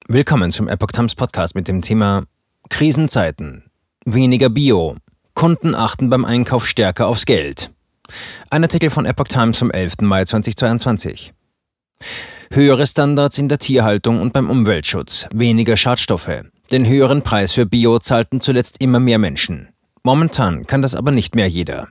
Willkommen zum Epoch Times Podcast mit dem Thema Krisenzeiten. Weniger Bio. Kunden achten beim Einkauf stärker aufs Geld. Ein Artikel von Epoch Times vom 11. Mai 2022. Höhere Standards in der Tierhaltung und beim Umweltschutz. Weniger Schadstoffe. Den höheren Preis für Bio zahlten zuletzt immer mehr Menschen. Momentan kann das aber nicht mehr jeder.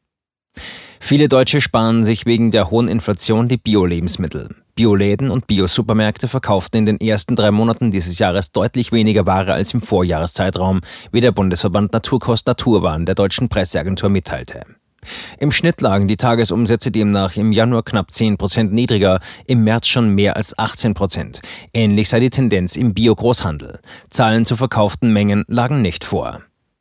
Viele Deutsche sparen sich wegen der hohen Inflation die Bio-Lebensmittel. Bioläden und Bio-Supermärkte verkauften in den ersten 3 Monaten dieses Jahres deutlich weniger Ware als im Vorjahreszeitraum, wie der Bundesverband Naturkost Naturwaren der deutschen Presseagentur mitteilte. Im Schnitt lagen die Tagesumsätze demnach im Januar knapp 10% niedriger, im März schon mehr als 18%. Ähnlich sei die Tendenz im Bio-Großhandel. Zahlen zu verkauften Mengen lagen nicht vor.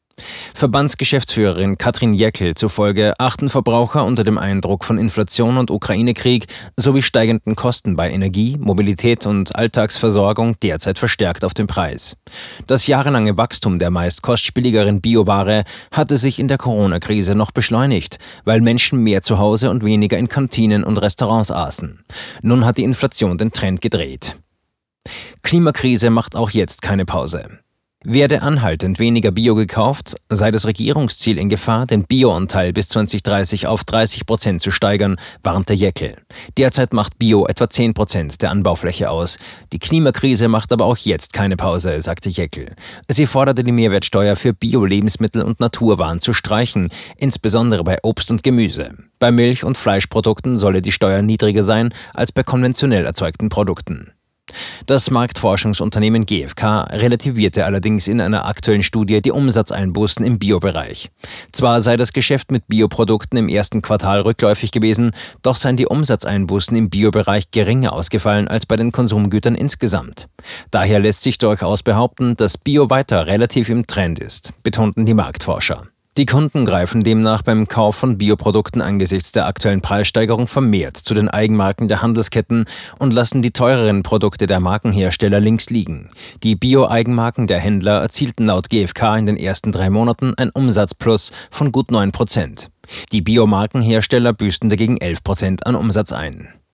Verbandsgeschäftsführerin Katrin Jeckel zufolge achten Verbraucher unter dem Eindruck von Inflation und Ukraine-Krieg sowie steigenden Kosten bei Energie, Mobilität und Alltagsversorgung derzeit verstärkt auf den Preis. Das jahrelange Wachstum der meist kostspieligeren Bioware hatte sich in der Corona-Krise noch beschleunigt, weil Menschen mehr zu Hause und weniger in Kantinen und Restaurants aßen. Nun hat die Inflation den Trend gedreht. Klimakrise macht auch jetzt keine Pause. Werde anhaltend weniger Bio gekauft, sei das Regierungsziel in Gefahr, den Bio-Anteil bis 2030 auf 30% zu steigern, warnte Jeckel. Derzeit macht Bio etwa 10% der Anbaufläche aus. Die Klimakrise macht aber auch jetzt keine Pause, sagte Jeckel. Sie forderte die Mehrwertsteuer für Bio-Lebensmittel und Naturwaren zu streichen, insbesondere bei Obst und Gemüse. Bei Milch- und Fleischprodukten solle die Steuer niedriger sein als bei konventionell erzeugten Produkten. Das Marktforschungsunternehmen GfK relativierte allerdings in einer aktuellen Studie die Umsatzeinbußen im Biobereich. Zwar sei das Geschäft mit Bioprodukten im ersten Quartal rückläufig gewesen, doch seien die Umsatzeinbußen im Biobereich geringer ausgefallen als bei den Konsumgütern insgesamt. Daher lässt sich durchaus behaupten, dass Bio weiter relativ im Trend ist, betonten die Marktforscher. Die Kunden greifen demnach beim Kauf von Bioprodukten angesichts der aktuellen Preissteigerung vermehrt zu den Eigenmarken der Handelsketten und lassen die teureren Produkte der Markenhersteller links liegen. Die Bio-Eigenmarken der Händler erzielten laut GfK in den ersten 3 Monaten ein Umsatzplus von gut 9%. Die Biomarkenhersteller büßten dagegen 11% an Umsatz ein.